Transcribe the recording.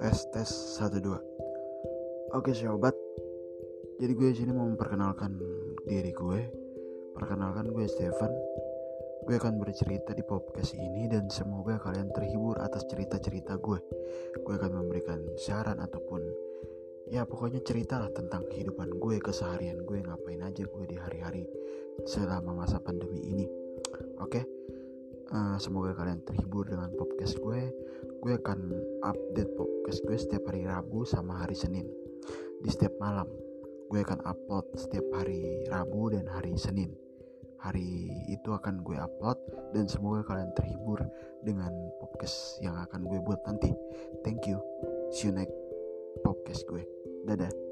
Tes 1 2. Oke sobat. Jadi gue sini mau memperkenalkan diri gue. Perkenalkan gue Stefan. Gue akan bercerita di podcast ini dan semoga kalian terhibur atas cerita-cerita gue. Gue akan memberikan saran ataupun ya pokoknya cerita lah tentang kehidupan gue, keseharian gue, ngapain aja gue di hari-hari selama masa pandemi ini. Oke. Semoga kalian terhibur dengan podcast gue. Gue akan update podcast gue setiap hari Rabu sama hari Senin. Di setiap malam gue akan upload setiap hari Rabu dan hari Senin. Hari itu akan gue upload dan semoga kalian terhibur dengan podcast yang akan gue buat nanti. Thank you. See you next podcast gue. Dadah.